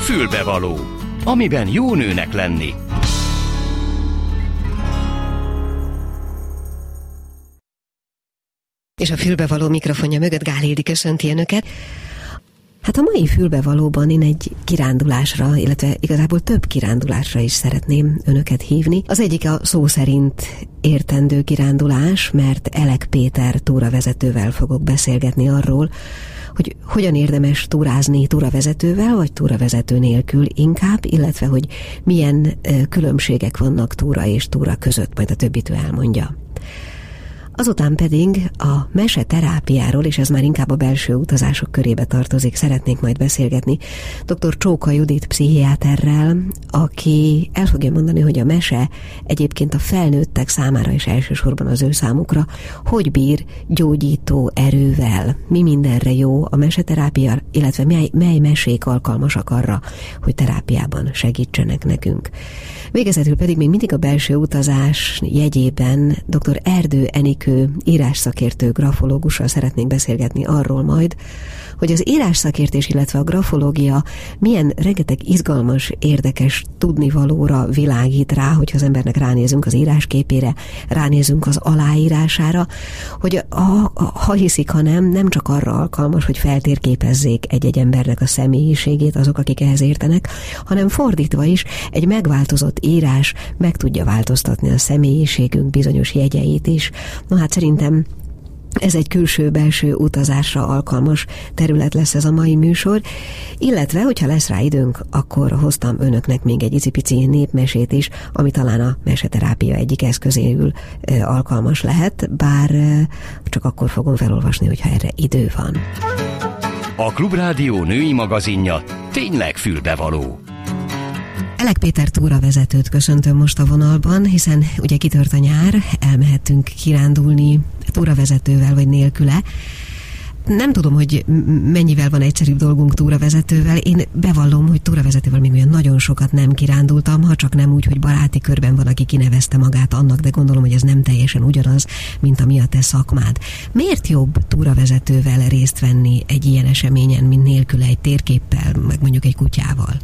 Fülbevaló, amiben jó nőnek lenni. És a fülbevaló mikrofonja mögött Gál Ildi köszönti önöket. Hát a mai fülbevalóban én egy kirándulásra, illetve igazából több kirándulásra is szeretném önöket hívni. Az egyik a szó szerint értendő kirándulás, mert Elek Péter túravezetővel fogok beszélgetni arról, hogy hogyan érdemes túrázni túravezetővel, vagy túravezető nélkül inkább, illetve hogy milyen különbségek vannak túra és túra között, majd a többit ő elmondja. Azután pedig a meseterápiáról, és ez már inkább a belső utazások körébe tartozik, szeretnék majd beszélgetni dr. Csóka Judit pszichiáterrel, aki el fogja mondani, hogy a mese egyébként a felnőttek számára és elsősorban az ő számukra hogy bír gyógyító erővel. Mi mindenre jó a meseterápia, illetve mely mesék alkalmasak arra, hogy terápiában segítsenek nekünk. Végezetül pedig még mindig a belső utazás jegyében dr. Erdő Enikő írásszakértő grafológussal szeretnénk beszélgetni arról majd, hogy az írásszakértés, illetve a grafológia milyen rengeteg izgalmas, érdekes tudnivalóra világít rá, hogyha az embernek ránézünk az írásképére, ránézünk az aláírására, hogy ha hiszik, ha nem csak arra alkalmas, hogy feltérképezzék egy-egy embernek a személyiségét azok, akik ehhez értenek, hanem fordítva is egy megváltozott írás meg tudja változtatni a személyiségünk bizonyos jegyeit is. No hát szerintem ez egy külső-belső utazásra alkalmas terület lesz ez a mai műsor, illetve, hogyha lesz rá időnk, akkor hoztam önöknek még egy icipici népmesét is, ami talán a meseterápia egyik eszközéül alkalmas lehet, bár csak akkor fogom felolvasni, hogyha erre idő van. A Klubrádió női magazinja tényleg fülbevaló. Elek Péter túravezetőt köszöntöm most a vonalban, hiszen ugye kitört a nyár, elmehettünk kirándulni túravezetővel vagy nélküle. Nem tudom, hogy mennyivel van egyszerűbb dolgunk túravezetővel. Én bevallom, hogy túravezetővel még olyan nagyon sokat nem kirándultam, ha csak nem úgy, hogy baráti körben van, aki kinevezte magát annak, de gondolom, hogy ez nem teljesen ugyanaz, mint ami a te szakmád. Miért jobb túravezetővel részt venni egy ilyen eseményen, mint nélküle egy térképpel, meg mondjuk egy kutyával?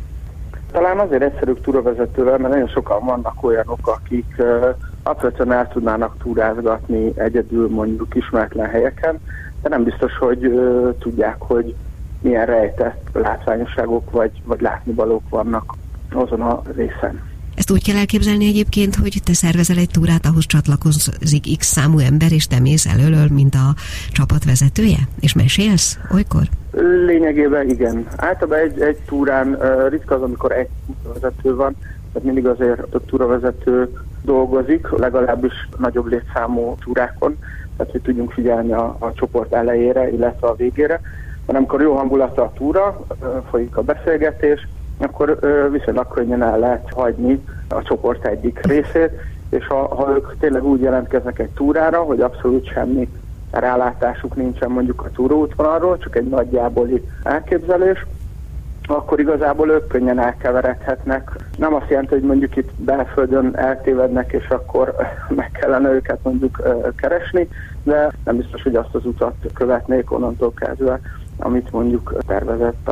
Talán azért egyszerűbb túravezetővel, mert nagyon sokan vannak olyanok, akik alapvetően el tudnának túrázgatni egyedül mondjuk ismeretlen helyeken, de nem biztos, hogy tudják, hogy milyen rejtett látványosságok vagy látnivalók vannak azon a részen. Ezt úgy kell elképzelni egyébként, hogy te szervezel egy túrát, ahhoz csatlakozik X számú ember, és te mész elől, mint a csapat vezetője? És mesélsz olykor? Lényegében igen. Általában egy túrán ritka az, amikor egy túravezető van, tehát mindig azért több túravezető dolgozik, legalábbis nagyobb létszámú túrákon, tehát hogy tudjunk figyelni a csoport elejére, illetve a végére. Mert amikor jó hangulata a túra, folyik a beszélgetés, akkor viszonylag könnyen el lehet hagyni a csoport egyik részét, és ha ők tényleg úgy jelentkeznek egy túrára, hogy abszolút semmi rálátásuk nincsen mondjuk a túraútvonalról, csak egy nagyjáboli elképzelés, akkor igazából ők könnyen elkeveredhetnek. Nem azt jelenti, hogy mondjuk itt belföldön eltévednek, és akkor meg kellene őket mondjuk keresni, de nem biztos, hogy azt az utat követnék onnantól kezdve, amit mondjuk tervezett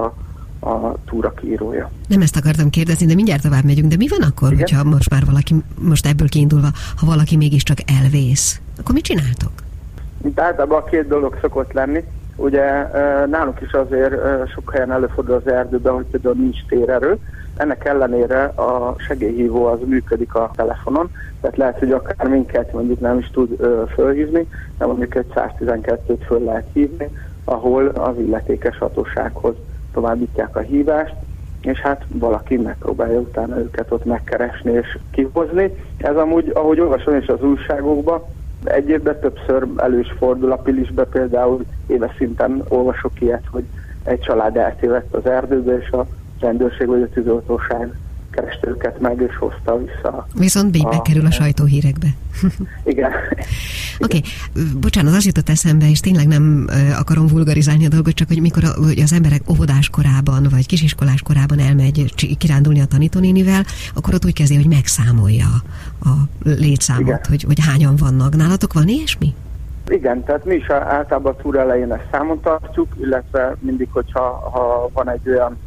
a túra kiírója. Nem ezt akartam kérdezni, de mindjárt tovább megyünk, de mi van akkor, igen? Hogyha most ebből kiindulva, ha valaki mégiscsak elvész, akkor mit csináltok? Mint általában a két dolog szokott lenni. Ugye nálunk is azért sok helyen előfordul az erdőben, hogy például nincs térerő. Ennek ellenére a segélyhívó az működik a telefonon, tehát lehet, hogy akár minket mondjuk nem is tud fölhívni, de mondjuk egy 112-t föl lehet hívni, ahol az illetékes hatósághoz továbbítják a hívást, és hát valaki megpróbálja utána őket ott megkeresni és kihozni. Ez amúgy, ahogy olvasom is az újságokban, egy évben többször elő is fordul, a Pilisbe például éves szinten olvasok ilyet, hogy egy család eltévedt az erdőbe, és a rendőrség vagy a tűzoltóság kereste őket meg, és hozta vissza. Viszont így bekerül a sajtóhírekbe. Igen. Oké, bocsánat, az jutott eszembe, és tényleg nem akarom vulgarizálni a dolgot, csak hogy mikor az emberek óvodás korában, vagy kisiskolás korában elmegy kirándulni a tanítónénivel, akkor ott úgy kezdi, hogy megszámolja a létszámot, hogy hányan vannak. Nálatok van ilyesmi? Igen, tehát mi is általában a túra elején ezt számon tartjuk, illetve mindig, hogyha van egy olyan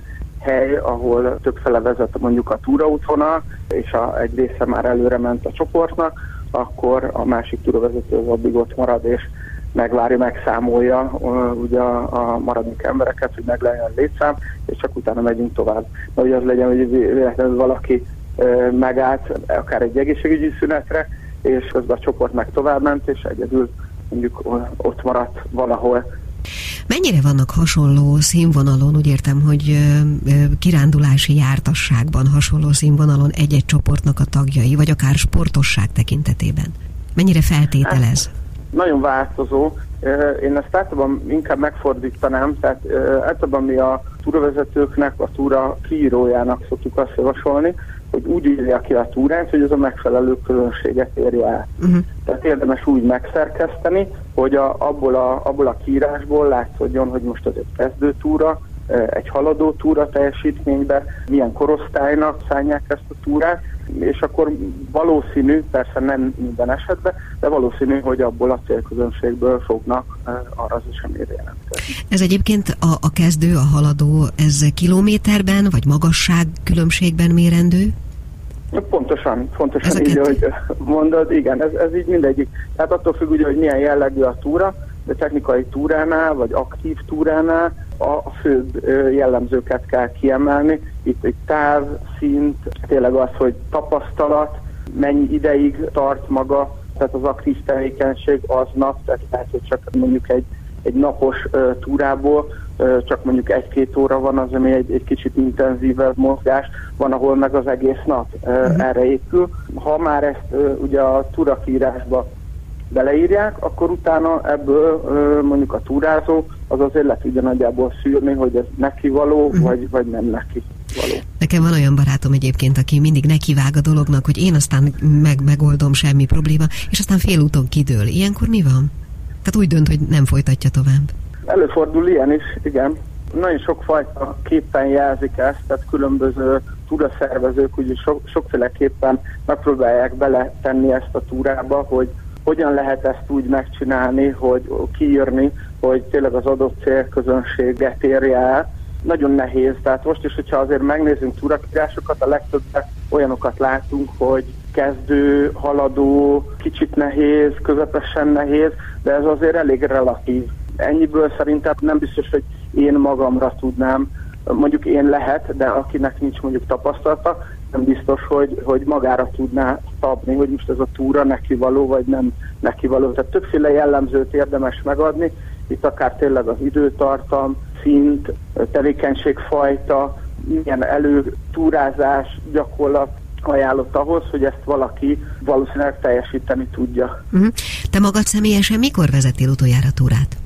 hely, ahol többfele vezet mondjuk a túraútvonal, és egy része már előre ment a csoportnak, akkor a másik túravezető az addig ott marad, és megvárja, megszámolja ugye a maradék embereket, hogy meg legyen a létszám, és csak utána megyünk tovább. De hogy az legyen, hogy véletlenül valaki megállt akár egy egészségügyi szünetre, és közben a csoport meg továbbment, és egyedül mondjuk ott maradt valahol. Mennyire vannak hasonló színvonalon, úgy értem, hogy kirándulási jártasságban hasonló színvonalon egy-egy csoportnak a tagjai, vagy akár sportosság tekintetében? Mennyire feltételez? Nagyon változó. Én ezt általában inkább megfordítanám, tehát általában mi a túravezetőknek, a túra kiírójának szoktuk azt javasolni, hogy úgy írja ki a túrát, hogy az a megfelelő közönséget érje el. Tehát érdemes úgy megszerkeszteni, hogy abból a kiírásból látszódjon, hogy most ez egy kezdőtúra, egy haladó túra teljesítménybe, milyen korosztálynak szánják ezt a túrát, és akkor valószínű, persze nem minden esetben, de valószínű, hogy abból a célközönségből fognak arra az eseményre jelentkezni. Ez egyébként a kezdő, a haladó, ez kilométerben vagy magasság különbségben mérendő? Pontosan így, hogy mondod, igen, ez így mindegyik. Tehát attól függ ugye, hogy milyen jellegű a túra, de technikai túránál, vagy aktív túránál a főbb jellemzőket kell kiemelni. Itt egy táv, szint, tényleg az, hogy tapasztalat, mennyi ideig tart maga, tehát az aktív tevékenység aznap, tehát lehet, hogy csak mondjuk egy napos túrából csak mondjuk 1-2 óra van az, ami egy kicsit intenzívebb mozgás, van, ahol meg az egész nap erre épül. Ha már ezt ugye a túrakiírásba beleírják, akkor utána ebből mondjuk a túrázó az azért le tudja nagyjából szűrni, hogy ez neki való, vagy nem neki való. Nekem van olyan barátom egyébként, aki mindig nekivág a dolognak, hogy én aztán megoldom, semmi probléma, és aztán félúton kidől. Ilyenkor mi van? Tehát úgy dönt, hogy nem folytatja tovább. Előfordul ilyen is, igen. Nagyon sokfajta képpen jelzik ezt, tehát különböző túraszervezők ugye sokféleképpen megpróbálják beletenni ezt a túrába, hogy hogyan lehet ezt úgy megcsinálni, hogy kiírni, hogy tényleg az adott célközönséget érje el. Nagyon nehéz, tehát most is, hogyha azért megnézzünk túrakírásokat, a legtöbbet olyanokat látunk, hogy kezdő, haladó, kicsit nehéz, közepesen nehéz, de ez azért elég relatív. Ennyiből szerintem nem biztos, hogy én magamra tudnám, mondjuk én lehet, de akinek nincs mondjuk tapasztalata, nem biztos, hogy magára tudná szabni, hogy most ez a túra neki való, vagy nem neki való. Tehát többféle jellemzőt érdemes megadni, itt akár tényleg az időtartam, szint, tevékenységfajta, milyen túrázás gyakorlat ajánlott ahhoz, hogy ezt valaki valószínűleg teljesíteni tudja. Te magad személyesen mikor vezettél utoljára túrát?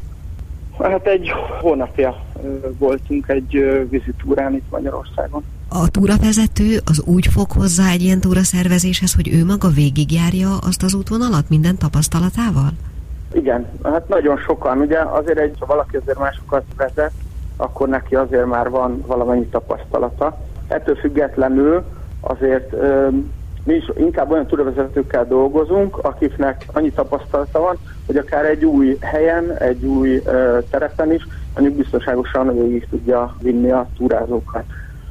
Hát egy hónapja voltunk egy vízitúrán itt Magyarországon. A túravezető az úgy fog hozzá egy ilyen túraszervezéshez, hogy ő maga végigjárja azt az útvonalat minden tapasztalatával? Igen, hát nagyon sokan. Ugye azért ha valaki azért másokat vezet, akkor neki azért már van valamennyi tapasztalata. Ettől függetlenül azért mi is inkább olyan túravezetőkkel dolgozunk, akiknek annyi tapasztalata van, hogy akár egy új helyen, egy új terepen is mondjuk biztonságosan végig tudja vinni a túrázókat.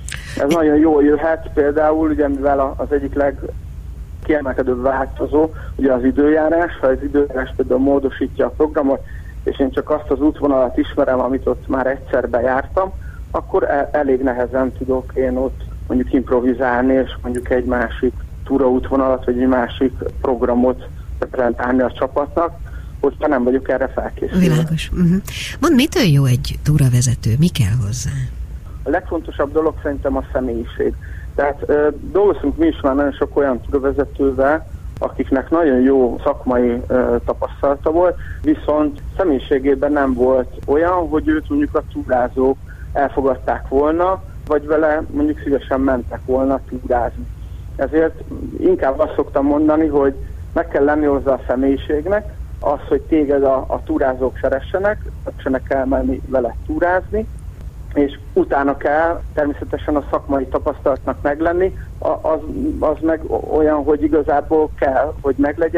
Ez nagyon jól jöhet, például, ugye, mivel az egyik legkiemelkedőbb változó, ugye az időjárás, ha az időjárás például módosítja a programot, és én csak azt az útvonalat ismerem, amit ott már egyszer bejártam, akkor elég nehezen tudok én ott mondjuk improvizálni, és mondjuk egy másik túraútvonalat, vagy egy másik programot reprezentálni a csapatnak, hogyha nem vagyok erre felkészülve. Világos. Mondd, mitől jó egy túravezető? Mi kell hozzá? A legfontosabb dolog szerintem a személyiség. Tehát dolgozunk mi is már nagyon sok olyan túravezetővel, akiknek nagyon jó szakmai tapasztalata volt, viszont személyiségében nem volt olyan, hogy őt mondjuk a túrázók elfogadták volna, vagy vele mondjuk szívesen mentek volna túrázni. Ezért inkább azt szoktam mondani, hogy meg kell lenni hozzá a személyiségnek, az, hogy téged a túrázók szeretsenek elmenni vele túrázni, és utána kell természetesen a szakmai tapasztalatnak meglenni, az meg olyan, hogy igazából kell, hogy meglegyen,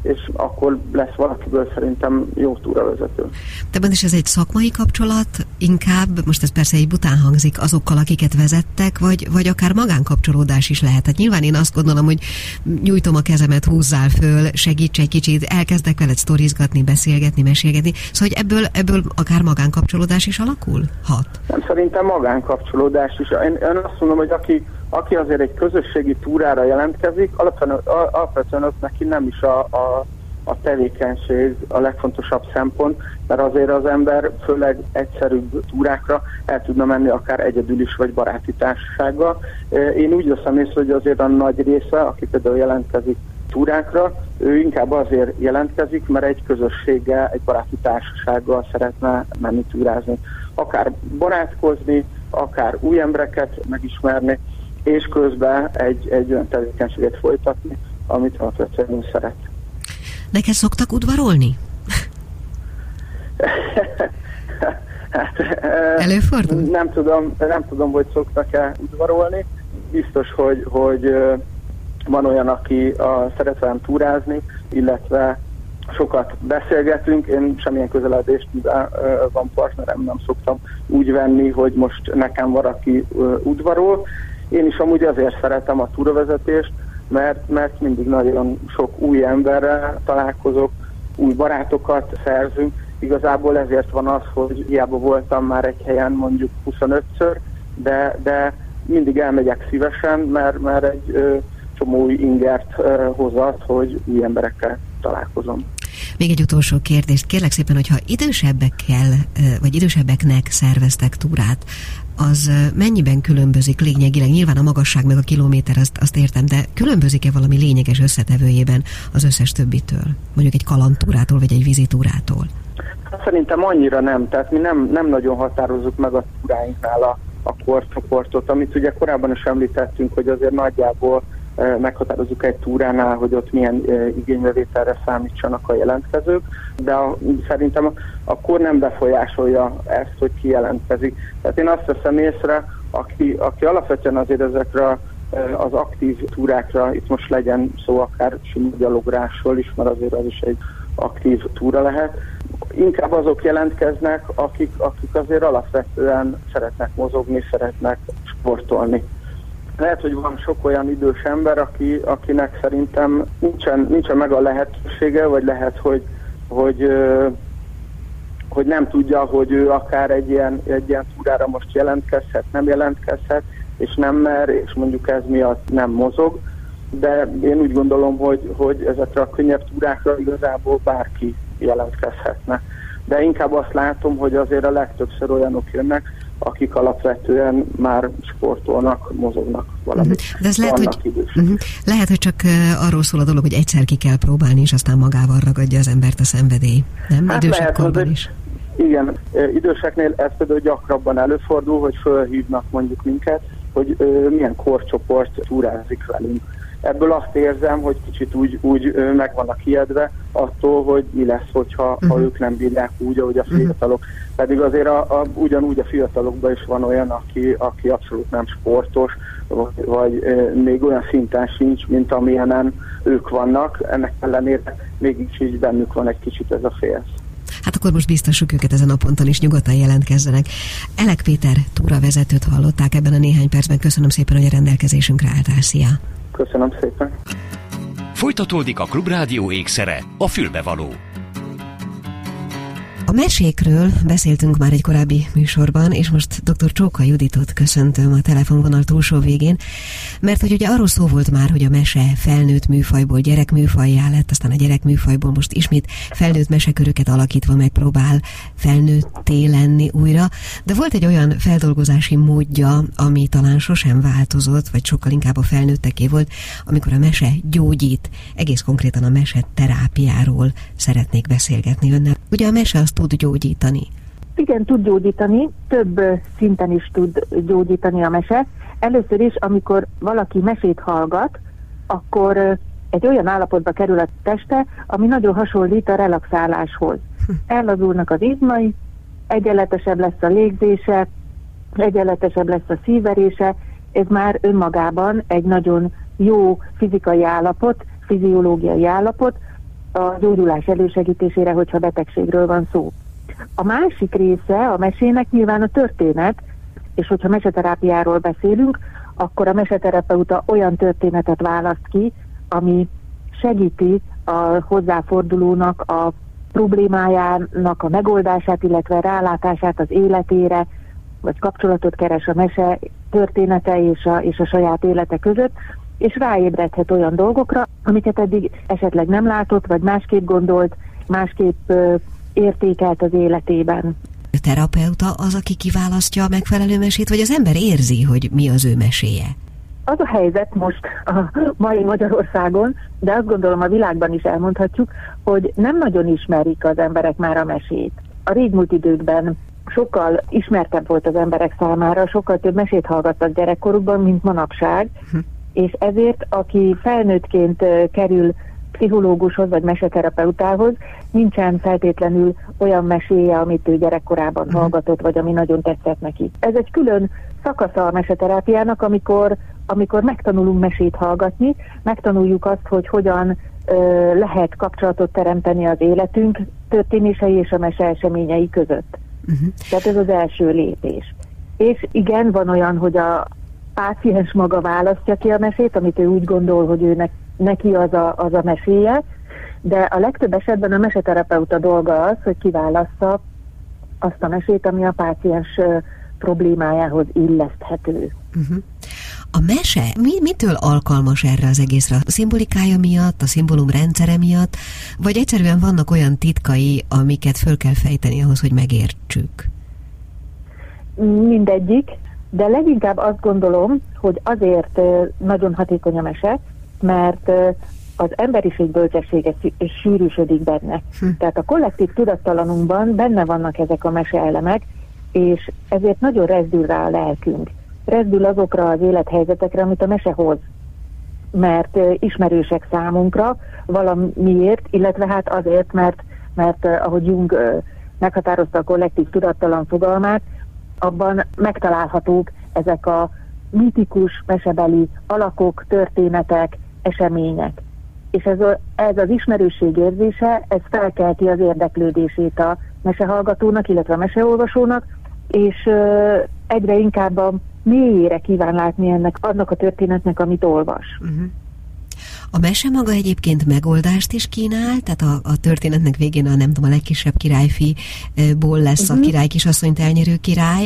és akkor lesz valakiből szerintem jó túravezető. Ebben is ez egy szakmai kapcsolat inkább, most ez persze egy bután hangzik, azokkal, akiket vezettek, vagy akár magánkapcsolódás is lehet. Hát nyilván én azt gondolom, hogy nyújtom a kezemet, húzzál föl, segíts egy kicsit, elkezdek veled sztorizgatni, beszélgetni, mesélgetni. Szóval hogy ebből akár magánkapcsolódás is alakulhat? Nem, szerintem magánkapcsolódás is. Én azt mondom, hogy aki azért egy közösségi túrára jelentkezik, alapvetően ott neki nem is a tevékenység a legfontosabb szempont, mert azért az ember főleg egyszerűbb túrákra el tudna menni akár egyedül is, vagy baráti társasággal. Én úgy veszem észre, hogy azért a nagy része, aki például jelentkezik túrákra, ő inkább azért jelentkezik, mert egy közösséggel, egy baráti társasággal szeretne menni túrázni. Akár barátkozni, akár új embereket megismerni, és közben egy olyan tevékenységet folytatni, amit alapvetően szeret. Neked szoktak udvarolni? Előfordul? Nem tudom, hogy szoktak-e udvarolni. Biztos, hogy van olyan, aki szeret velem túrázni, illetve sokat beszélgetünk. Én semmilyen közeledést, mivel van partnerem, nem szoktam úgy venni, hogy most nekem valaki udvarol. Én is amúgy azért szeretem a túravezetést, mert mindig nagyon sok új emberrel találkozok, új barátokat szerzünk. Igazából ezért van az, hogy hiába voltam már egy helyen mondjuk 25-ször, de mindig elmegyek szívesen, mert egy csomó új ingert hoz az, hogy új emberekkel találkozom. Még egy utolsó kérdést. Kérlek szépen, hogyha idősebbeknek szerveztek túrát, az mennyiben különbözik lényegileg? Nyilván a magasság meg a kilométer, azt értem, de különbözik-e valami lényeges összetevőjében az összes többitől? Mondjuk egy kalandtúrától, vagy egy vízitúrától? Szerintem annyira nem. Tehát mi nem nagyon határozzuk meg a túráinknál a korcsoportot, amit ugye korábban is említettünk, hogy azért nagyjából meghatározzuk egy túránál, hogy ott milyen igénybevételre számítsanak a jelentkezők, de szerintem a kor nem befolyásolja ezt, hogy ki jelentkezik. Tehát én azt veszem észre, aki alapvetően azért ezekre az aktív túrákra, itt most legyen szó akár sima gyaloglásról is, mert azért az is egy aktív túra lehet, inkább azok jelentkeznek, akik azért alapvetően szeretnek mozogni, szeretnek sportolni. Lehet, hogy van sok olyan idős ember, akinek szerintem nincsen meg a lehetősége, vagy lehet, hogy nem tudja, hogy ő akár egy ilyen túrára most jelentkezhet, nem jelentkezhet, és nem mer, és mondjuk ez miatt nem mozog. De én úgy gondolom, hogy ezekre a könnyebb túrákra igazából bárki jelentkezhetne. De inkább azt látom, hogy azért a legtöbbször olyanok jönnek, akik alapvetően már sportolnak, mozognak valamit. De ez lehet, hogy csak arról szól a dolog, hogy egyszer ki kell próbálni, és aztán magával ragadja az embert a szenvedély. Nem? Hát idősebb korban is. Igen, időseknél ez például gyakrabban előfordul, hogy fölhívnak mondjuk minket, hogy milyen korcsoport túrázik velünk. Ebből azt érzem, hogy kicsit úgy meg vannak ijedve attól, hogy mi lesz, ha ők nem bírják úgy, ahogy a fiatalok. Pedig azért ugyanúgy a fiatalokban is van olyan, aki abszolút nem sportos, vagy még olyan szinten sincs, mint amilyenen ők vannak. Ennek ellenére mégis így bennük van egy kicsit ez a félsz. Hát akkor most biztosuk őket ezen a ponton is, nyugodtan jelentkezzenek. Elek Péter túravezetőt hallották ebben a néhány percben. Köszönöm szépen, hogy a rendelkezésünkre álltál. Szia! Köszönöm szépen! Folytatódik a Klubrádió ékszere, a fülbevaló. A mesékről beszéltünk már egy korábbi műsorban, és most dr. Csóka Juditot köszöntöm a telefonvonal túlsó végén, mert hogy ugye arról szó volt már, hogy a mese felnőtt műfajból gyerekműfajjá lett, aztán a gyerekműfajból most ismét felnőtt meseköröket alakítva megpróbál felnőtté lenni újra, de volt egy olyan feldolgozási módja, ami talán sosem változott, vagy sokkal inkább a felnőtteké volt, amikor a mese gyógyít, egész konkrétan a mese terápiáról szeretnék beszélgetni önnel. Ugye a mese azt tud gyógyítani? Igen, tud gyógyítani, több szinten is tud gyógyítani a mese. Először is, amikor valaki mesét hallgat, akkor egy olyan állapotba kerül a teste, ami nagyon hasonlít a relaxáláshoz. Ellazulnak az izmai, egyenletesebb lesz a légzése, egyenletesebb lesz a szívverése, ez már önmagában egy nagyon jó fizikai állapot, fiziológiai állapot, a gyógyulás elősegítésére, hogyha betegségről van szó. A másik része a mesének nyilván a történet, és hogyha meseterápiáról beszélünk, akkor a meseterapeuta olyan történetet választ ki, ami segíti a hozzáfordulónak a problémájának a megoldását, illetve rálátását az életére, vagy kapcsolatot keres a mese története és a saját élete között, és ráébredhet olyan dolgokra, amiket eddig esetleg nem látott, vagy másképp gondolt, másképp értékelt az életében. A terapeuta az, aki kiválasztja a megfelelő mesét, vagy az ember érzi, hogy mi az ő meséje? Az a helyzet most a mai Magyarországon, de azt gondolom a világban is elmondhatjuk, hogy nem nagyon ismerik az emberek már a mesét. A régmúlt időkben sokkal ismertebb volt az emberek számára, sokkal több mesét hallgattak gyerekkorukban, mint manapság, és ezért, aki felnőttként kerül pszichológushoz vagy meseterapeutához, nincsen feltétlenül olyan meséje, amit ő gyerekkorában hallgatott, vagy ami nagyon tetszett neki. Ez egy külön szakasza a meseterápiának, amikor megtanulunk mesét hallgatni, megtanuljuk azt, hogy hogyan lehet kapcsolatot teremteni az életünk történései és a mese eseményei között. Tehát ez az első lépés. És igen, van olyan, hogy a páciens maga választja ki a mesét, amit ő úgy gondol, hogy neki az a meséje, de a legtöbb esetben a meseterapeuta dolga az, hogy kiválassza azt a mesét, ami a páciens problémájához illeszthető. A mese mitől alkalmas erre az egészre? A szimbolikája miatt, a szimbólum rendszere miatt, vagy egyszerűen vannak olyan titkai, amiket föl kell fejteni ahhoz, hogy megértsük? Mindegyik, de leginkább azt gondolom, hogy azért nagyon hatékony a mese, mert az emberiség bölcsessége sűrűsödik benne. Tehát a kollektív tudattalanunkban benne vannak ezek a meseelemek, és ezért nagyon rezdül rá a lelkünk. Rezdül azokra az élethelyzetekre, amit a mese hoz. Mert ismerősek számunkra valamiért, illetve hát azért, mert ahogy Jung meghatározta a kollektív tudattalan fogalmát, abban megtalálhatók ezek a mitikus, mesebeli alakok, történetek, események. És ez az ismerőség érzése, ez felkelti az érdeklődését a mesehallgatónak, illetve a meseolvasónak, és egyre inkább a mélyére kíván látni annak a történetnek, amit olvas. A mese maga egyébként megoldást is kínál, tehát a történetnek végén a legkisebb királyfiból lesz a király kisasszonyt elnyerő király,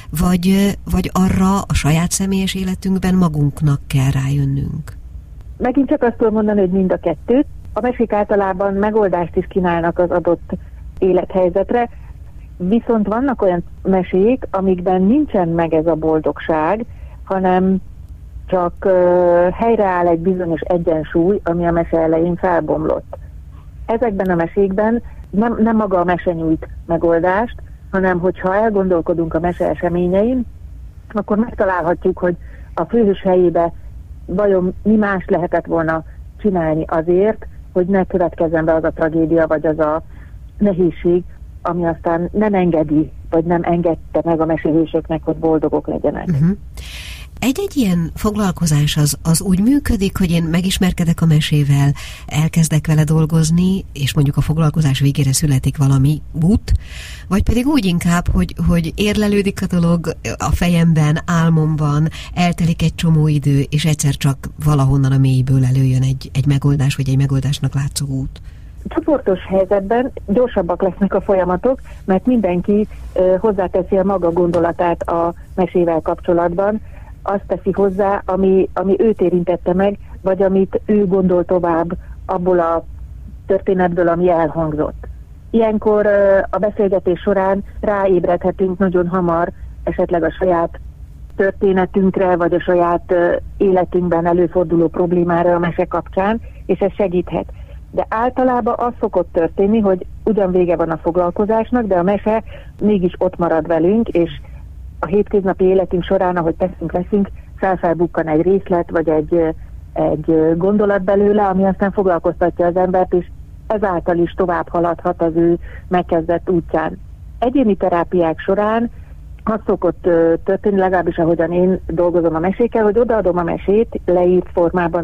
vagy arra a saját személyes életünkben magunknak kell rájönnünk? Megint csak azt tudom mondani, hogy mind a kettőt. A mesék általában megoldást is kínálnak az adott élethelyzetre, viszont vannak olyan mesék, amikben nincsen meg ez a boldogság, hanem csak helyreáll egy bizonyos egyensúly, ami a mese elején felbomlott. Ezekben a mesékben nem maga a mese nyújt megoldást, hanem hogyha elgondolkodunk a mese eseményein, akkor megtalálhatjuk, hogy a főhős helyébe vajon mi más lehetett volna csinálni azért, hogy ne következzen be az a tragédia, vagy az a nehézség, ami aztán nem engedi, vagy nem engedte meg a mesehősöknek, hogy boldogok legyenek. Egy-egy ilyen foglalkozás az úgy működik, hogy én megismerkedek a mesével, elkezdek vele dolgozni, és mondjuk a foglalkozás végére születik valami út, vagy pedig úgy inkább, hogy érlelődik a dolog a fejemben, álmomban, eltelik egy csomó idő, és egyszer csak valahonnan a mélyből előjön egy megoldás, vagy egy megoldásnak látszó út. Csoportos helyzetben gyorsabbak lesznek a folyamatok, mert mindenki hozzáteszi a maga gondolatát a mesével kapcsolatban, azt teszi hozzá, ami őt érintette meg, vagy amit ő gondol tovább abból a történetből, ami elhangzott. Ilyenkor a beszélgetés során ráébredhetünk nagyon hamar esetleg a saját történetünkre, vagy a saját életünkben előforduló problémára a mese kapcsán, és ez segíthet. De általában az szokott történni, hogy ugyan vége van a foglalkozásnak, de a mese mégis ott marad velünk, és a hétköznapi életünk során, ahogy veszünk, felbukkan egy részlet, vagy egy gondolat belőle, ami aztán foglalkoztatja az embert, és ezáltal is tovább haladhat az ő megkezdett útján. Egyéni terápiák során az szokott történni, legalábbis ahogyan én dolgozom a mesékkel, hogy odaadom a mesét leírt formában a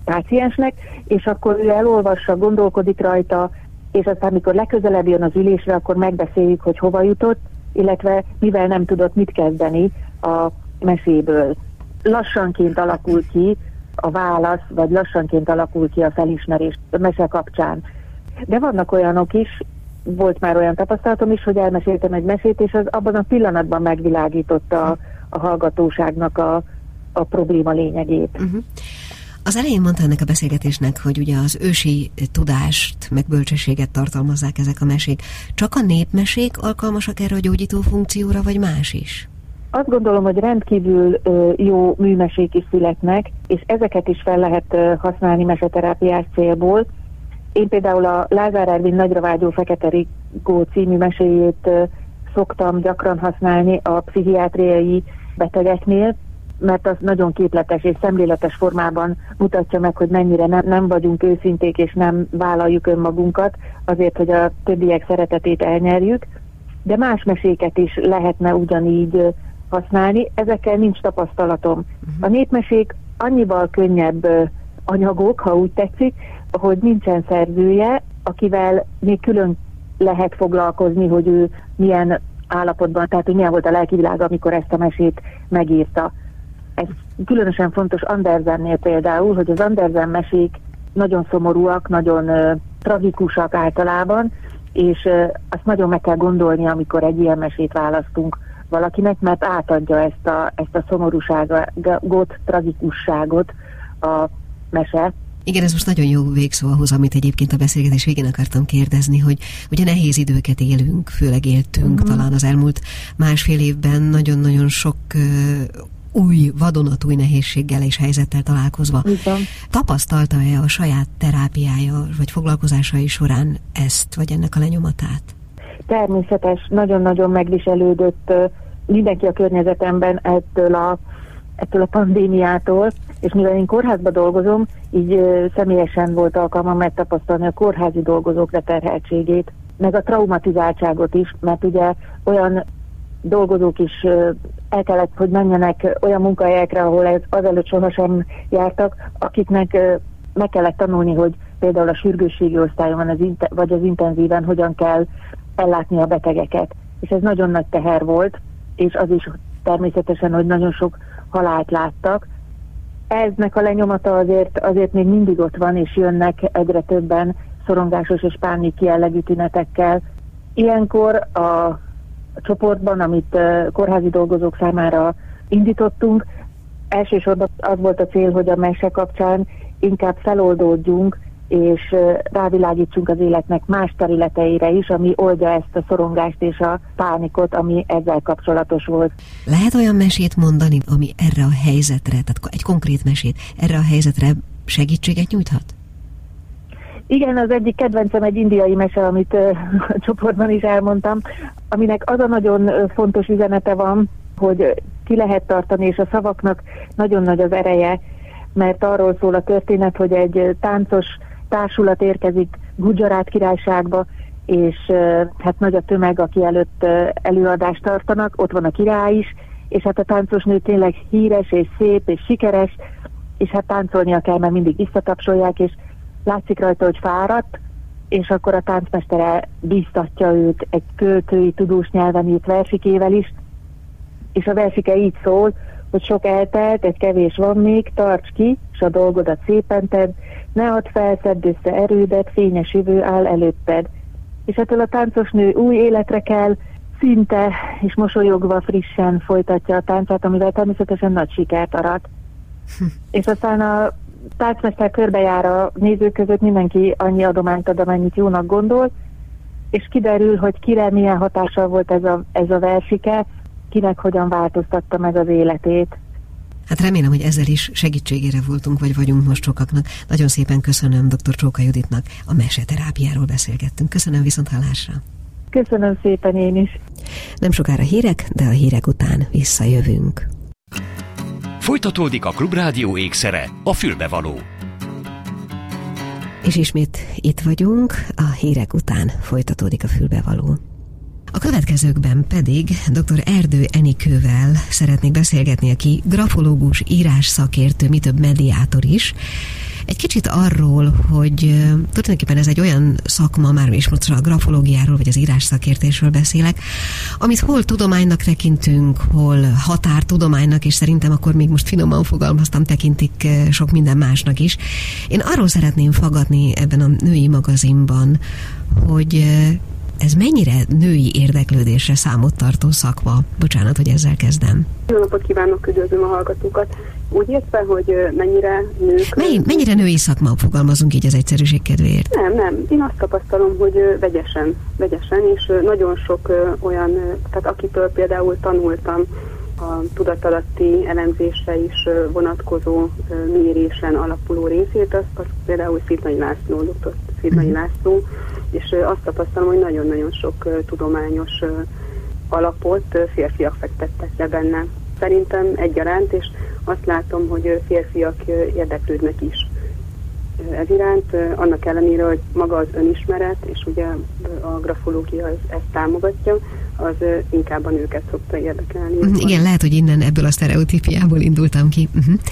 páciensnek, és akkor ő elolvassa, gondolkodik rajta, és aztán, mikor legközelebb jön az ülésre, akkor megbeszéljük, hogy hova jutott, illetve mivel nem tudott mit kezdeni a meséből. Lassanként alakul ki a válasz, vagy lassanként alakul ki a felismerés a mese kapcsán. De vannak olyanok is, volt már olyan tapasztalatom is, hogy elmeséltem egy mesét, és az abban a pillanatban megvilágította a hallgatóságnak a probléma lényegét. Az elején mondta ennek a beszélgetésnek, hogy ugye az ősi tudást, meg bölcsességet tartalmazzák ezek a mesék. Csak a népmesék alkalmasak erre a gyógyító funkcióra, vagy más is? Azt gondolom, hogy rendkívül jó műmesék is születnek, és ezeket is fel lehet használni meseterápiás célból. Én például a Lázár Ervin Nagyra vágyó Fekete Rigó című meséjét szoktam gyakran használni a pszichiátriai betegeknél, mert az nagyon képletes és szemléletes formában mutatja meg, hogy mennyire nem vagyunk őszinték és nem vállaljuk önmagunkat azért, hogy a többiek szeretetét elnyerjük, de más meséket is lehetne ugyanígy használni, ezekkel nincs tapasztalatom. A népmesék annyival könnyebb anyagok, ha úgy tetszik, hogy nincsen szerzője, akivel még külön lehet foglalkozni, hogy ő milyen állapotban, tehát hogy milyen volt a lelkivilága, amikor ezt a mesét megírta. Ez különösen fontos Andersennél például, hogy az Andersen mesék nagyon szomorúak, nagyon tragikusak általában, és azt nagyon meg kell gondolni, amikor egy ilyen mesét választunk valakinek, mert átadja ezt a szomorúságot, tragikusságot a mese. Igen, ez most nagyon jó végszó ahhoz, amit egyébként a beszélgetés végén akartam kérdezni, hogy ugye nehéz időket élünk, főleg éltünk talán az elmúlt másfél évben nagyon-nagyon sok új, vadonatúj nehézséggel és helyzettel találkozva. Igen. Tapasztalta-e a saját terápiája vagy foglalkozásai során ezt, vagy ennek a lenyomatát? Természetes, nagyon-nagyon megviselődött mindenki a környezetemben ettől a pandémiától, és mivel én kórházban dolgozom, így személyesen volt alkalmam megtapasztalni a kórházi dolgozók leterheltségét, meg a traumatizáltságot is, mert ugye olyan dolgozók is el kellett, hogy menjenek olyan munkahelyekre, ahol azelőtt sohasem jártak, akiknek meg kellett tanulni, hogy például a sürgősségi osztályon vagy az intenzíven hogyan kell ellátni a betegeket. És ez nagyon nagy teher volt, és az is természetesen, hogy nagyon sok halált láttak. Eznek a lenyomata azért még mindig ott van, és jönnek egyre többen szorongásos és pánik jellegű tünetekkel. Ilyenkor a csoportban, amit kórházi dolgozók számára indítottunk, elsősorban az volt a cél, hogy a mese kapcsán inkább feloldódjunk, és rávilágítsunk az életnek más területeire is, ami oldja ezt a szorongást és a pánikot, ami ezzel kapcsolatos volt. Lehet olyan mesét mondani, ami erre a helyzetre, tehát egy konkrét mesét, erre a helyzetre segítséget nyújthat? Igen, az egyik kedvencem egy indiai mese, amit a csoportban is elmondtam, aminek az a nagyon fontos üzenete van, hogy ki lehet tartani, és a szavaknak nagyon nagy az ereje, mert arról szól a történet, hogy egy táncos társulat érkezik Gudzsarát királyságba, és hát nagy a tömeg, aki előtt előadást tartanak, ott van a király is, és hát a táncos nő tényleg híres és szép és sikeres, és hát táncolnia kell, mert mindig visszatapsolják, és látszik rajta, hogy fáradt, és akkor a táncmestere bíztatja őt egy költői, tudós nyelven írt versikével is, és a versike így szól, hogy sok eltelt, egy kevés van még, tarts ki, s a dolgodat szépen tedd, ne add fel, szedd össze erődet, fényes jövő áll előtted. És ettől a táncos nő új életre kell, szinte és mosolyogva frissen folytatja a táncát, amivel természetesen nagy sikert arat. És aztán a táncmester körbejár a nézők között, mindenki annyi adományt ad, amennyit jónak gondol, és kiderül, hogy kire milyen hatással volt ez a versike, kinek hogyan változtatta meg az életét. Hát remélem, hogy ezzel is segítségére voltunk, vagy vagyunk most sokaknak. Nagyon szépen köszönöm dr. Csóka Juditnak, a meseterápiáról beszélgettünk. Köszönöm, viszonthallásra. Köszönöm szépen én is. Nem sokára hírek, de a hírek után visszajövünk. Folytatódik a Klubrádió ékszere, a fülbevaló. És ismét itt vagyunk, a hírek után folytatódik a fülbevaló. A következőkben pedig dr. Erdő Enikővel szeretnék beszélgetni, aki grafológus, írás szakértő, mi több mediátor is, egy kicsit arról, hogy tulajdonképpen ez egy olyan szakma, már is most a grafológiáról, vagy az írásszakértésről beszélek, amit hol tudománynak tekintünk, hol határtudománynak, és szerintem akkor még most finoman fogalmaztam, tekintik sok minden másnak is. Én arról szeretném faggatni ebben a női magazinban, hogy ez mennyire női érdeklődésre számot tartó szakma? Bocsánat, hogy ezzel kezdem. Jó napot kívánok, üdvözlöm a hallgatókat. Úgy értve, hogy mennyire nők... Mennyire női szakma, fogalmazunk így az egyszerűség kedvéért? Nem. Én azt tapasztalom, hogy vegyesen, és nagyon sok olyan, tehát akitől például tanultam a tudatalatti elemzésre is vonatkozó mérésen alapuló részét, az például Szirnai László, dr. Szirnai László, és azt tapasztalom, hogy nagyon-nagyon sok tudományos alapot férfiak fektettek le benne. Szerintem egyaránt, és azt látom, hogy férfiak érdeklődnek is ez iránt, annak ellenére, hogy maga az önismeret, és ugye a grafológia ezt támogatja, az inkább a nőket szokta érdekelni. Igen, lehet, hogy innen ebből a sztereotípiából indultam ki.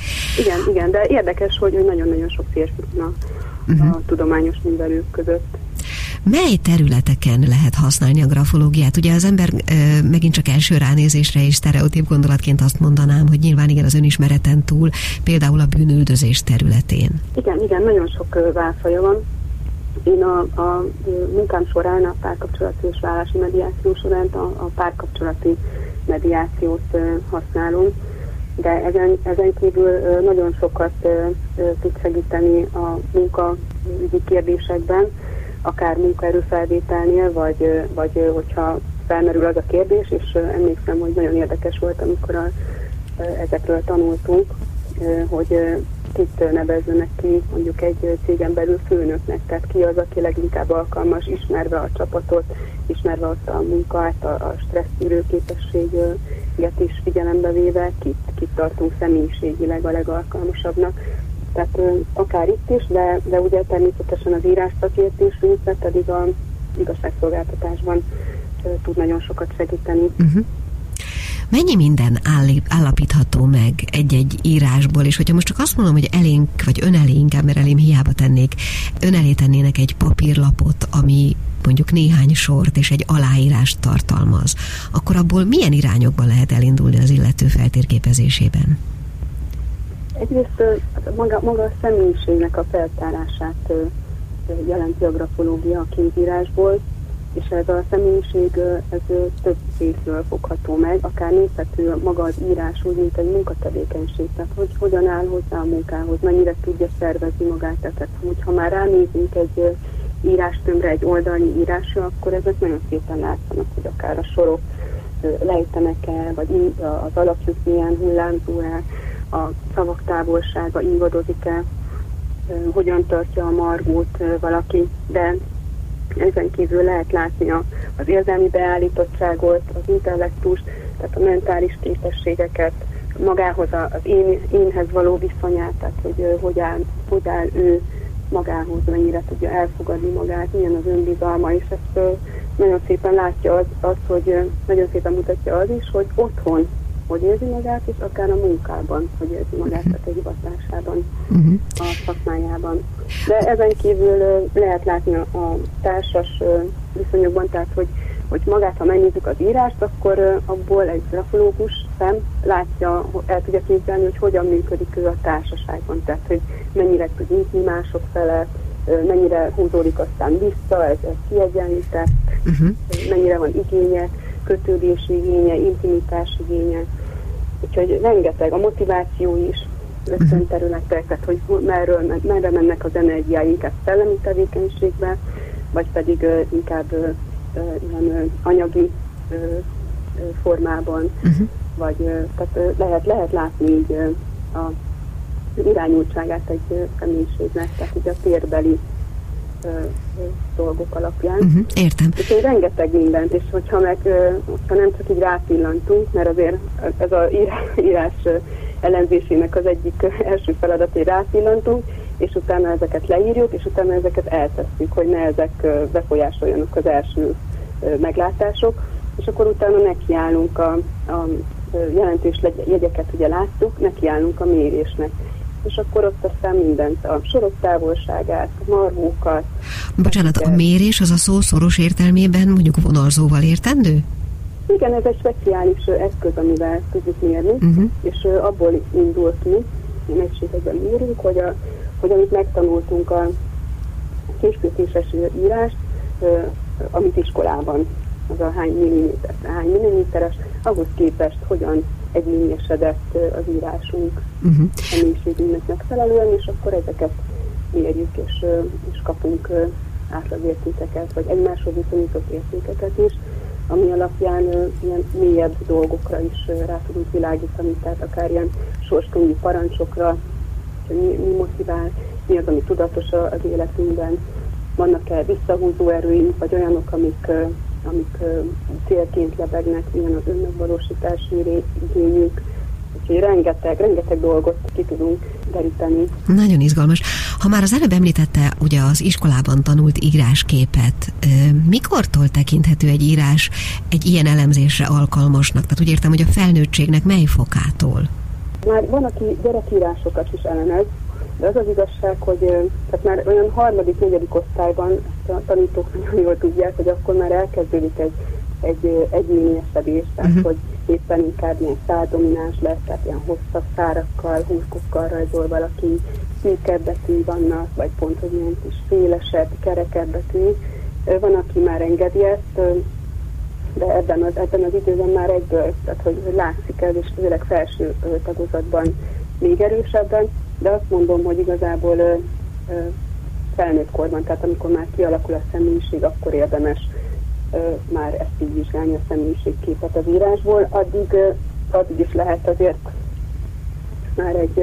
Igen, de érdekes, hogy nagyon-nagyon sok férfi van a tudományos művelők között. Mely területeken lehet használni a grafológiát? Ugye az ember megint csak első ránézésre és sztereotíp gondolatként azt mondanám, hogy nyilván igen, az önismereten túl, például a bűnüldözés területén. Igen, nagyon sok válfaja van. Én a munkám során, a párkapcsolati és vállási mediáció során a párkapcsolati mediációt használom, de ezen kívül nagyon sokat tud segíteni a munkaügyi kérdésekben, akár munkaerőfelvételnél, vagy hogyha felmerül az a kérdés, és emlékszem, hogy nagyon érdekes volt, amikor ezekről tanultunk, hogy kit nevezzenek ki mondjuk egy cégen belül főnöknek, tehát ki az, aki leginkább alkalmas, ismerve a csapatot, ismerve azt a munkát, a stressztűrő képességet is figyelembe véve, kit tartunk személyiségileg a legalkalmasabbnak. Tehát akár itt is, de ugye természetesen az írásszakértésünk, pedig az igazságszolgáltatásban tud nagyon sokat segíteni. Mennyi minden állapítható meg egy-egy írásból, és hogyha most csak azt mondom, hogy elénk, vagy ön elé inkább, mert elém hiába tennék, ön elé tennének egy papírlapot, ami mondjuk néhány sort és egy aláírást tartalmaz, akkor abból milyen irányokban lehet elindulni az illető feltérképezésében? Egyrészt maga a személyiségnek a feltárását jelenti a grafológia a képírásból, és ez a személyiség ez több részről fogható meg, akár nézhető maga az írás úgy, mint egy munkatevékenység, tehát hogy hogyan áll hozzá a munkához, mennyire tudja szervezni magát, tehát hogyha már ránézünk egy írástömbre, egy oldalnyi írásra, akkor ezek nagyon szépen látszanak, hogy akár a sorok lejtenek-e, vagy az alakjuk milyen hullámzó-e, a szavak távolsága ingadozik-e, hogyan tartja a margót valaki, de ezen kívül lehet látni az érzelmi beállítottságot, az intellektust, tehát a mentális képességeket, magához az énhez való viszonyát, tehát hogy áll ő magához, mennyire tudja elfogadni magát, milyen az önbizalma, és ezt nagyon szépen látja az, hogy nagyon szépen mutatja az is, hogy otthon hogy érzi magát, és akár a munkában, hogy érzi magát, tehát a hivatásában, a szakmájában. De ezen kívül lehet látni a társas viszonyokban, tehát hogy magát, ha megnézzük az írást, akkor abból egy grafológus szem látja, el tudja képzelni, hogy hogyan működik ő a társaságban, tehát hogy mennyire tud nyitni mások fele, mennyire húzódik aztán vissza, ez kiegyenlített, mennyire van igénye, kötődési igénye, intimitás igénye. Úgyhogy rengeteg, a motiváció is ösztönterületek, tehát hogy merre mennek az energiái, inkább szellemi tevékenységbe, vagy pedig inkább ilyen anyagi formában, vagy tehát lehet látni így az irányultságát egy személyiségnek, tehát így a térbeli dolgok alapján. Értem. Úgyhogy rengeteg mindent, és hogyha nem csak így rápillantunk, mert azért ez az írás elemzésének az egyik első feladat, hogy rápillantunk, és utána ezeket leírjuk, és utána ezeket eltesszük, hogy ne ezek befolyásoljanak az első meglátások, és akkor utána nekiállunk a jelentős jegyeket ugye láttuk, nekiállunk a mérésnek. és akkor ott aztán mindent, a sorok távolságát, a margókat. Bocsánat, a mérés az a szó szoros értelmében mondjuk vonalzóval értendő? Igen, ez egy speciális eszköz, amivel tudjuk mérni, és abból indul ki, egységekben mérünk, hogy amit megtanultunk a kiskötéses írást, amit iskolában, az a hány milliméteres, ahhoz képest hogyan egyéniesedett az írásunk személyiségünknek megfelelően, és akkor ezeket mérjük, és kapunk átlagértékeket, vagy egymáshoz viszonyított értékeket is, ami alapján ilyen mélyebb dolgokra is rá tudunk világítani, tehát akár ilyen sorskönyvi parancsokra, hogy mi motivál, mi az, ami tudatos az életünkben, vannak-e visszahúzó erőink, vagy olyanok, amik célként lebegnek, milyen az önmegvalósítási igényünk. Úgyhogy rengeteg dolgot ki tudunk deríteni. Nagyon izgalmas. Ha már az előbb említette ugye az iskolában tanult írásképet, mikortól tekinthető egy írás egy ilyen elemzésre alkalmasnak? Tehát úgy értem, hogy a felnőttségnek mely fokától? Már van, aki gyerekírásokat is elemez, de az az igazság, hogy tehát már olyan 3.-4. osztályban a tanítók nagyon jól tudják, hogy akkor már elkezdődik egy egyéniesedés, tehát hogy éppen inkább ilyen száldomináns lesz, tehát ilyen hosszabb szárakkal, húszkokkal rajzol valaki, szűkebb betűi vannak, vagy pont, hogy ilyen kis szélesebb, kerekebb betűi. Van, aki már engedi ezt, de ebben az időben már egyből, tehát hogy látszik ez, és főleg felső tagozatban még erősebben, de azt mondom, hogy igazából felnőtt korban, tehát amikor már kialakul a személyiség, akkor érdemes már ezt így vizsgálni, a személyiségképet az írásból. Addig is lehet azért már egy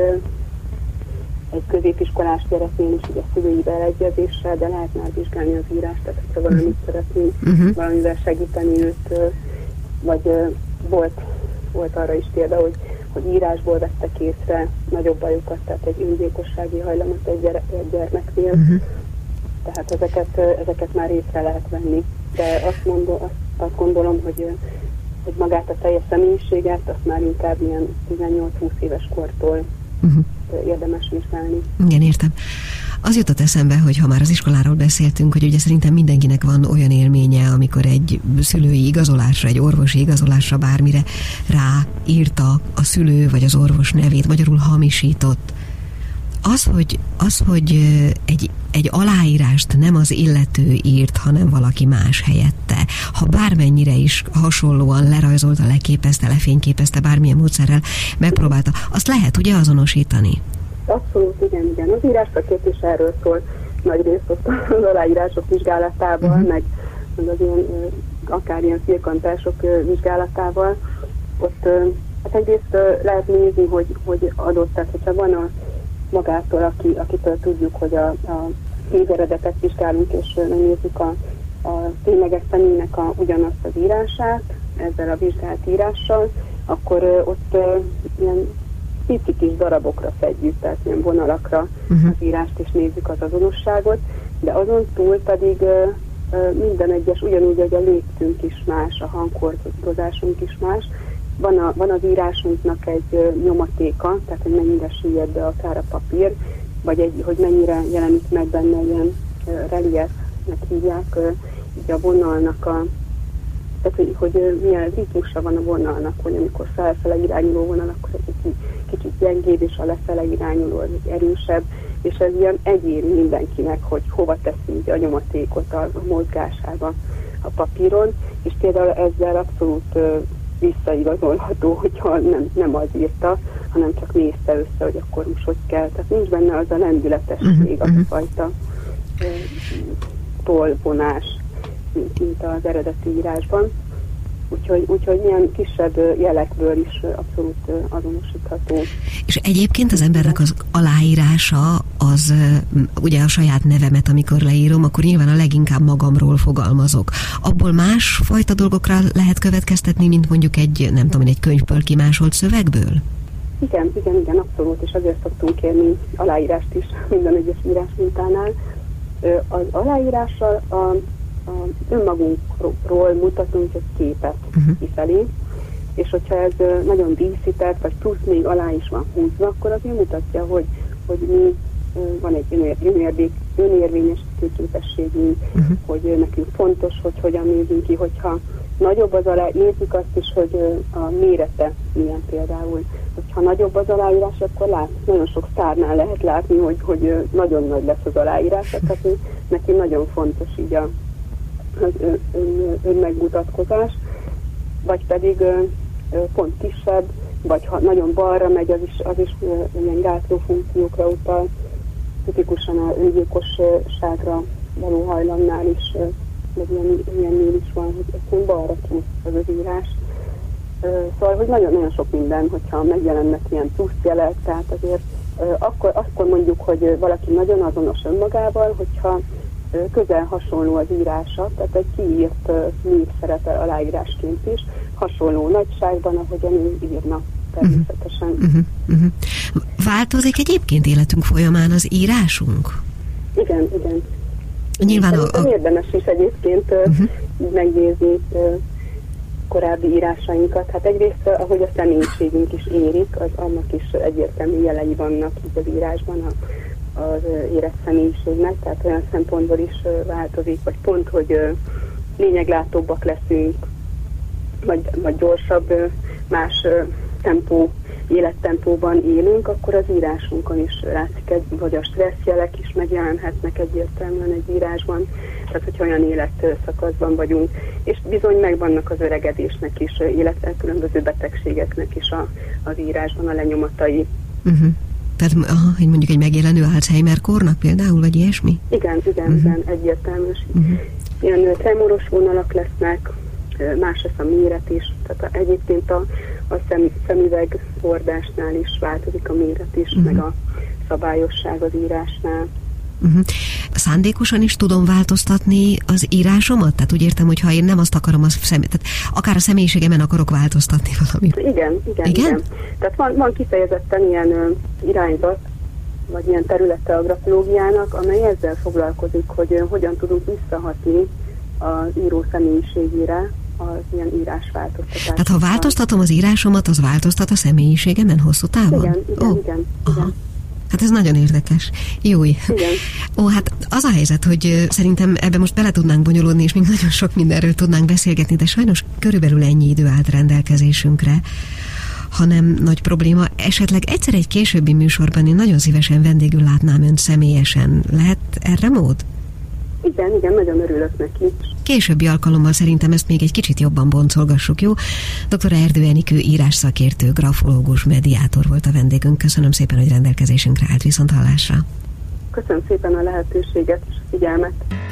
középiskolás gyereknél is ugye szülői beleegyezéssel, de lehet már vizsgálni az írást, tehát ha valamit szeretnénk, valamivel segíteni őt, vagy volt arra is példa, hogy írásból vettek észre nagyobb bajokat, tehát egy öngyilkossági hajlamot egy gyermeknél, tehát ezeket már észre lehet venni. De azt gondolom, hogy magát a teljes személyiséget, azt már inkább ilyen 18-20 éves kortól érdemes vizsgálni. Igen, értem. Az jutott eszembe, hogy ha már az iskoláról beszéltünk, hogy ugye szerintem mindenkinek van olyan élménye, amikor egy szülői igazolásra, egy orvosi igazolásra, bármire ráírta a szülő vagy az orvos nevét, magyarul hamisított. Az, hogy egy aláírást nem az illető írt, hanem valaki más helyette, ha bármennyire is hasonlóan lerajzolta, leképezte, lefényképezte, bármilyen módszerrel megpróbálta, azt lehet ugye azonosítani? Abszolút, igen. Az írásszakértés erről szól nagy részt az aláírások vizsgálatával, meg az ilyen, akár ilyen firkantások vizsgálatával. Ott hát egyrészt lehet nézni, hogy adott, tehát hogyha van a magától, akitől tudjuk, hogy a kézeredetet vizsgálunk, és megnézzük a tényleges személynek ugyanazt az írását, ezzel a vizsgált írással, akkor ott ilyen pici kis darabokra szedjük, tehát ilyen vonalakra az írást, és nézzük az azonosságot, de azon túl pedig minden egyes, ugyanúgy, hogy a léptünk is más, a hangkordozásunk is más. Van az írásunknak egy nyomatéka, tehát hogy mennyire süllyed be akár a papír, vagy hogy mennyire jelenik meg benne ilyen reliefnek hívják, így a vonalnak tehát hogy milyen ritmusa van a vonalnak, hogy amikor felfele irányuló vonal, akkor egy kicsit gyengébb, és a lefele irányuló az erősebb, és ez ilyen egyéni mindenkinek, hogy hova teszi a nyomatékot a mozgásába a papíron, és például ezzel abszolút visszaigazolható, hogyha nem az írta, hanem csak nézte össze, hogy akkor most hogy kell. Tehát nincs benne az a lendületesség, az a fajta tolvonás, mint az eredeti írásban. Úgyhogy ilyen kisebb jelekből is abszolút azonosítható. És egyébként az embernek az aláírása, az ugye a saját nevemet, amikor leírom, akkor nyilván a leginkább magamról fogalmazok. Abból más fajta dolgokra lehet következtetni, mint mondjuk egy könyvből kimásolt szövegből? Igen, abszolút, és azért szoktunk kérni aláírást is minden egyes írás mintánál. Az aláírással önmagunkról mutatunk egy képet kifelé, és hogyha ez nagyon díszített, vagy plusz még alá is van húzva, akkor azért mutatja, hogy mi van egy önérvényesítő képességünk, hogy nekünk fontos, hogy hogyan nézünk ki, hogyha nagyobb az nézzük azt is, hogy a mérete milyen például. Hogyha nagyobb az aláírás, akkor nagyon sok sztárnál lehet látni, hogy nagyon nagy lesz az aláírás, tehát neki nagyon fontos így az önmegmutatkozás, vagy pedig pont kisebb, vagy ha nagyon balra megy, az is ilyen gátló funkciókra utal, tipikusan a öngyilkosságra való hajlamnál is, meg ilyennél is van, hogy egyszerűen balra túl az írás. Szóval, hogy nagyon-nagyon sok minden, hogyha megjelennek ilyen plusz jelek, tehát azért akkor mondjuk, hogy valaki nagyon azonos önmagával, hogyha közel hasonló az írása, tehát egy kiírt név szerepel aláírásként is, hasonló nagyságban, ahogyan ő írna természetesen. Változik egyébként életünk folyamán az írásunk? Igen. Nyilván érdemes is egyébként megnézni korábbi írásainkat. Hát egyrészt, ahogy a személyiségünk is érik, annak is egyértelmű jelei vannak így az írásban az érett személyiségnek, tehát olyan szempontból is változik, vagy pont, hogy lényeglátóbbak leszünk, vagy gyorsabb, más élettempóban élünk, akkor az írásunkon is látszik, vagy a stresszjelek is megjelenhetnek egyértelműen egy írásban, tehát hogyha olyan életszakaszban vagyunk, és bizony megvannak az öregedésnek is, illetve különböző betegségeknek is az írásban a lenyomatai. Tehát hogy mondjuk egy megjelenő Alzheimer-kornak például, vagy ilyesmi? Igen, egyértelmű. Ilyen tremoros vonalak lesznek, más lesz a méret is, tehát egyébként a szemüveg hordásnál is változik a méret is, meg a szabályosság az írásnál. Szándékosan is tudom változtatni az írásomat? Tehát úgy értem, hogy ha én nem azt akarom, tehát akár a személyiségemen akarok változtatni valamit. Igen. Tehát van kifejezetten ilyen irányzat, vagy ilyen területe a grafológiának, amely ezzel foglalkozik, hogy hogyan tudunk visszahatni az író személyiségére az ilyen írásváltoztatásra. Tehát ha változtatom az írásomat, az változtat a személyiségemen hosszú távon? Igen. Hát ez nagyon érdekes. Jó. Hát az a helyzet, hogy szerintem ebbe most bele tudnánk bonyolódni, és még nagyon sok mindenről tudnánk beszélgetni, de sajnos körülbelül ennyi idő állt rendelkezésünkre, hanem nagy probléma. Esetleg egyszer egy későbbi műsorban én nagyon szívesen vendégül látnám önt személyesen. Lehet erre mód? Igen, nagyon örülök neki. Későbbi alkalommal szerintem ezt még egy kicsit jobban boncolgassuk, jó? Dr. Erdő Enikő írásszakértő, grafológus, mediátor volt a vendégünk. Köszönöm szépen, hogy rendelkezésünkre állt, viszont hallásra. Köszönöm szépen a lehetőséget és a figyelmet.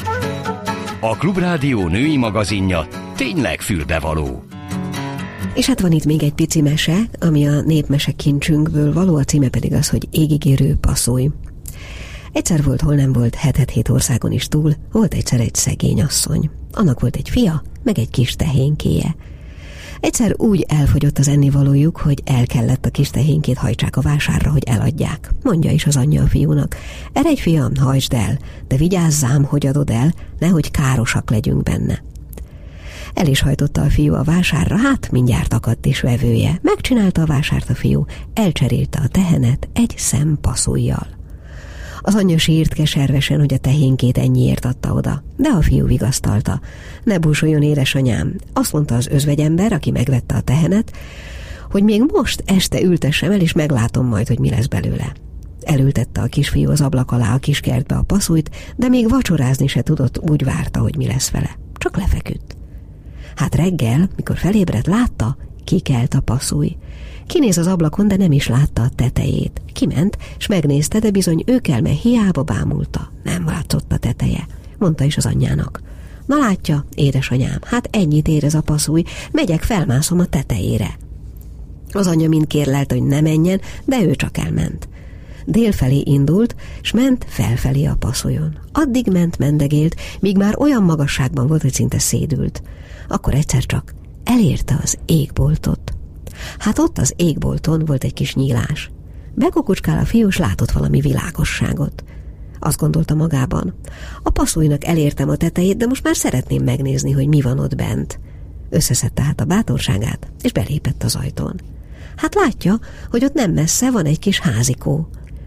A Klubrádió női magazinja tényleg fülbevaló. És hát van itt még egy pici mese, ami a népmese kincsünkből való, a címe pedig az, hogy Égigérő passzolj. Egyszer volt, hol nem volt, 7 országon is túl, volt egyszer egy szegény asszony. Annak volt egy fia, meg egy kis tehénkéje. Egyszer úgy elfogyott az ennivalójuk, hogy el kellett a kis tehénkét hajtsák a vásárra, hogy eladják. Mondja is az anyja a fiúnak: eredj fiam, hajtsd el, de vigyázzám, hogy adod el, nehogy károsak legyünk benne. El is hajtotta a fiú a vásárra, hát mindjárt akadt is vevője. Megcsinálta a vásárt a fiú, elcserélte a tehenet egy szem passzujjal. Az anyja sírt keservesen, hogy a tehénkét ennyiért adta oda, de a fiú vigasztalta: ne búsuljon, édesanyám, azt mondta az özvegyember, aki megvette a tehenet, hogy még most este ültessem el, és meglátom majd, hogy mi lesz belőle. Elültette a kisfiú az ablak alá a kiskertbe a passzujt, de még vacsorázni se tudott, úgy várta, hogy mi lesz vele. Csak lefeküdt. Hát reggel, mikor felébredt, látta, kikelt a passzúj. Kinéz az ablakon, de nem is látta a tetejét. Kiment, s megnézte, de bizony őkelme hiába bámulta. Nem látszott a teteje. Mondta is az anyjának: na látja, édesanyám, hát ennyit ér ez a passzúj, megyek, felmászom a tetejére. Az anyja mind kérlelte, hogy ne menjen, de ő csak elment. Délfelé indult, s ment felfelé a passzolyon. Addig mendegélt, míg már olyan magasságban volt, hogy szinte szédült. Akkor egyszer csak elérte az égboltot. Hát ott az égbolton volt egy kis nyílás. Bekukucskál a fiú, s látott valami világosságot. Azt gondolta magában: a passzújnak elértem a tetejét, de most már szeretném megnézni, hogy mi van ott bent. Összeszedte hát a bátorságát, és belépett az ajtón. Hát látja, hogy ott nem messze van egy kis házikó.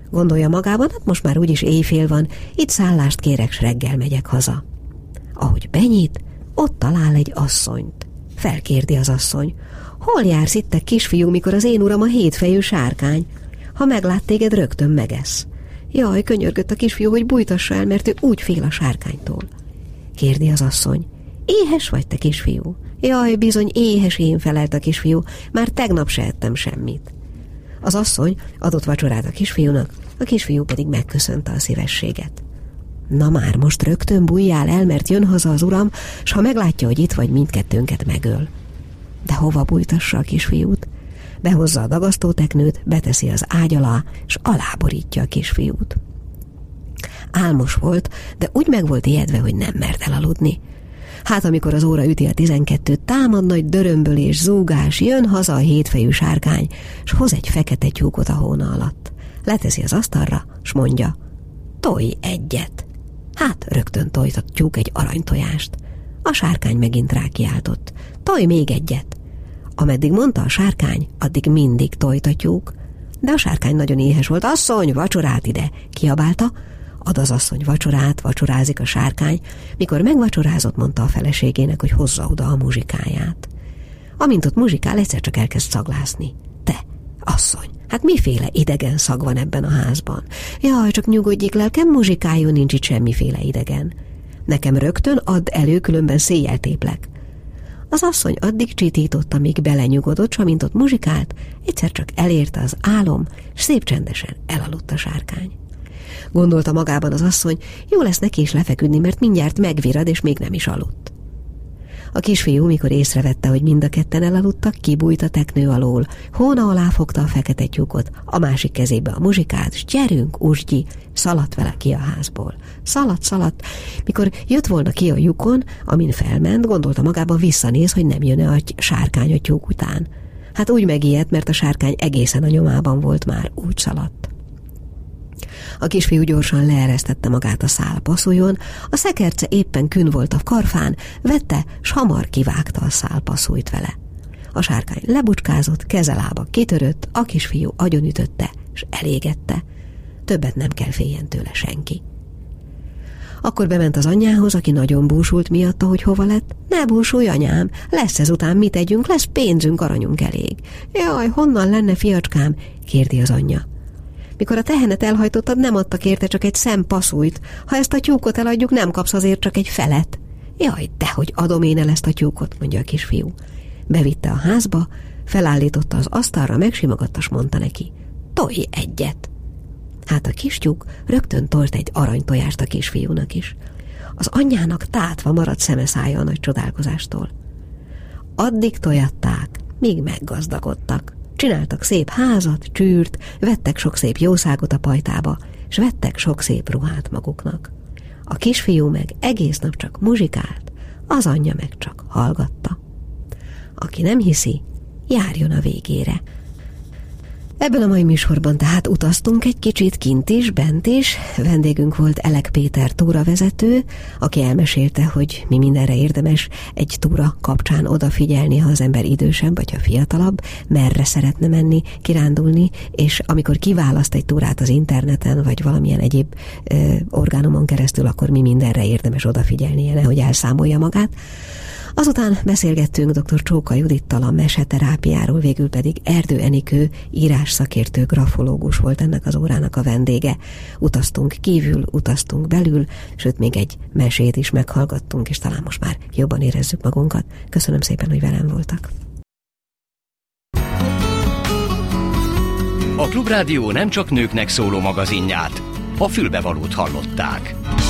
Gondolja magában, hát most már úgyis éjfél van, itt szállást kérek, s reggel megyek haza. Ahogy benyit, ott talál egy asszonyt. Felkérdi az asszony. Hol jársz itt, te kisfiú, mikor az én uram a hétfejű sárkány? Ha meglát téged, rögtön megesz. Jaj, könyörgött a kisfiú, hogy bújtassa el, mert ő úgy fél a sárkánytól. Kérdi az asszony. Éhes vagy, te kisfiú? Jaj, bizony éhes én, felelt a kisfiú, már tegnap se ettem semmit. Az asszony adott vacsorát a kisfiúnak, a kisfiú pedig megköszönte a szívességet. Na már most rögtön bújjál el, mert jön haza az uram, s ha meglátja, hogy itt vagy, mindkettőnket megöl. De hova bújtassa a kisfiút? Behozza a dagasztóteknőt, beteszi az ágy alá, s aláborítja a kisfiút. Álmos volt, de úgy meg volt ijedve, hogy nem mert elaludni. Hát amikor az óra üti a 12-t, támad nagy dörömbölés, zúgás, jön haza a hétfejű sárkány, s hoz egy fekete tyúkot a hóna alatt. Leteszi az asztalra, s mondja, tolj egyet. Hát rögtön tojt a tyúk egy aranytojást. A sárkány megint rákiáltott, tolj még egyet. Ameddig mondta a sárkány, addig mindig tojt a tyúk. De a sárkány nagyon éhes volt. Asszony, vacsorát ide! Kiabálta. Ad az asszony vacsorát, vacsorázik a sárkány. Mikor megvacsorázott, mondta a feleségének, hogy hozza oda a muzsikáját. Amint ott muzsikál, egyszer csak elkezd szaglászni. Te, asszony, hát miféle idegen szag van ebben a házban? Jaj, csak nyugodjék, lelkem, muzsikáljon, nincs itt semmiféle idegen. Nekem rögtön add elő, különben széjjel téplek. Az asszony addig csitította, míg belenyugodott, s amint ott muzsikált, egyszer csak elérte az álom, s szép csendesen elaludt a sárkány. Gondolta magában az asszony, jó lesz neki is lefeküdni, mert mindjárt megvirad, és még nem is aludt. A kisfiú, mikor észrevette, hogy mind a ketten elaludtak, kibújt a teknő alól, hóna alá fogta a fekete tyúkot, a másik kezébe a muzsikát, s gyerünk, Usgyi, szaladt vele ki a házból. Szaladt. Mikor jött volna ki a lyukon, amin felment, gondolta magában, visszanéz, hogy nem jön-e a sárkány a tyúk után. Hát úgy megijedt, mert a sárkány egészen a nyomában volt már, úgy szaladt. A kisfiú gyorsan leeresztette magát a szálpasszújon, a szekerce éppen kün volt a karfán, vette, s hamar kivágta a szálpasszújt vele. A sárkány lebucskázott, kezelába kitörött, a kisfiú agyonütötte, s elégette. Többet nem kell féljen tőle senki. Akkor bement az anyjához, aki nagyon búsult miatta, hogy hova lett. Ne búsulj, anyám, lesz ezután mit tegyünk, lesz pénzünk, aranyunk elég. Jaj, honnan lenne, fiacskám? Kérdi az anyja. Mikor a tehenet elhajtottad, nem adtak érte csak egy szempaszújt. Ha ezt a tyúkot eladjuk, nem kapsz azért csak egy felet. Jaj, dehogy adom én el ezt a tyúkot, mondja a kisfiú. Bevitte a házba, felállította az asztalra, megsimogatta, s mondta neki, tolj egyet. Hát a kis tyúk rögtön tolt egy aranytojást a kisfiúnak is. Az anyjának tátva maradt szemeszája a nagy csodálkozástól. Addig tojatták, míg meggazdagodtak. Csináltak szép házat, csűrt, vettek sok szép jószágot a pajtába, s vettek sok szép ruhát maguknak. A kisfiú meg egész nap csak muzsikált, az anyja meg csak hallgatta. Aki nem hiszi, járjon a végére. Ebben a mai műsorban tehát utaztunk egy kicsit kint is, bent is. Vendégünk volt Elek Péter túravezető, aki elmesélte, hogy mi mindenre érdemes egy túra kapcsán odafigyelni, ha az ember idősebb vagy ha fiatalabb, merre szeretne menni, kirándulni, és amikor kiválaszt egy túrát az interneten, vagy valamilyen egyéb orgánumon keresztül, akkor mi mindenre érdemes odafigyelnie, nehogy elszámolja magát. Azután beszélgettünk dr. Csóka Judittal a meseterápiáról, végül pedig Erdő Enikő írásszakértő grafológus volt ennek az órának a vendége. Utaztunk kívül, utaztunk belül, sőt még egy mesét is meghallgattunk, és talán most már jobban érezzük magunkat. Köszönöm szépen, hogy velem voltak. A Klubrádió nem csak nőknek szóló magazinját, a fülbevalót hallották.